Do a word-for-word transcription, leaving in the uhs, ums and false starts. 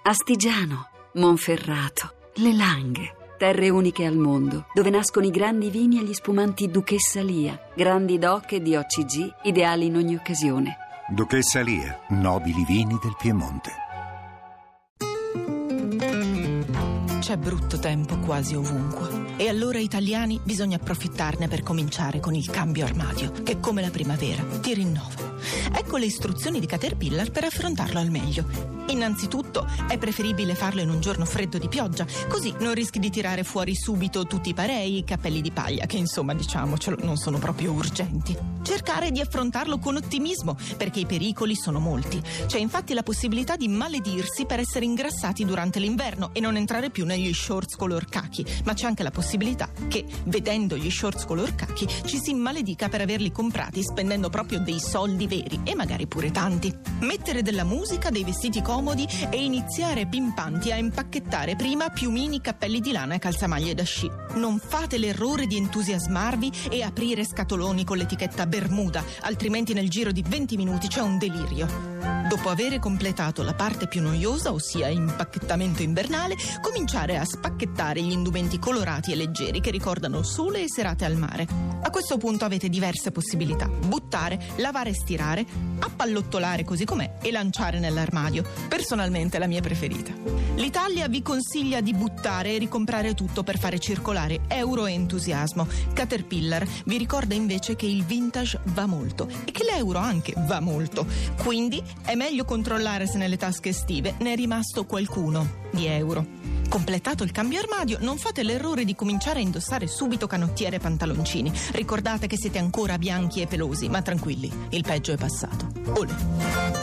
Astigiano, Monferrato, Le Langhe. Terre uniche al mondo, dove nascono i grandi vini e gli spumanti Duchessa Lia, grandi doc e D O C G, ideali in ogni occasione. Duchessa Lia, nobili vini del Piemonte. C'è brutto tempo quasi ovunque. E allora, italiani, bisogna approfittarne per cominciare con il cambio armadio, che come la primavera ti rinnova. Ecco le istruzioni di Caterpillar per affrontarlo al meglio. Innanzitutto è preferibile farlo in un giorno freddo di pioggia, così non rischi di tirare fuori subito tutti i parei, i cappelli di paglia, che insomma, diciamocelo, non sono proprio urgenti. Cercare di affrontarlo con ottimismo, perché i pericoli sono molti. C'è infatti la possibilità di maledirsi per essere ingrassati durante l'inverno e non entrare più negli shorts color cachi, ma c'è anche la possibilità che, vedendo gli shorts color cachi, ci si maledica per averli comprati spendendo proprio dei soldi veri e magari pure tanti. Mettere della musica, dei vestiti comodi e iniziare pimpanti a impacchettare prima piumini, cappelli di lana e calzamaglie da sci. Non fate l'errore di entusiasmarvi e aprire scatoloni con l'etichetta Bermuda, altrimenti nel giro di venti minuti c'è un delirio. Dopo avere completato la parte più noiosa, ossia impacchettamento invernale, cominciare a spacchettare gli indumenti colorati e leggeri che ricordano sole e serate al mare. A questo punto avete diverse possibilità: buttare, lavare e stirare, appallottolare così com'è e lanciare nell'armadio. Personalmente la mia preferita. L'Italia vi consiglia di buttare e ricomprare tutto per fare circolare euro e entusiasmo. Caterpillar vi ricorda invece che il vintage va molto e che l'euro anche va molto. Quindi è meglio controllare se nelle tasche estive ne è rimasto qualcuno di euro. Completato il cambio armadio, non fate l'errore di cominciare a indossare subito canottiere e pantaloncini. Ricordate che siete ancora bianchi e pelosi, ma tranquilli, il peggio è passato. Olè!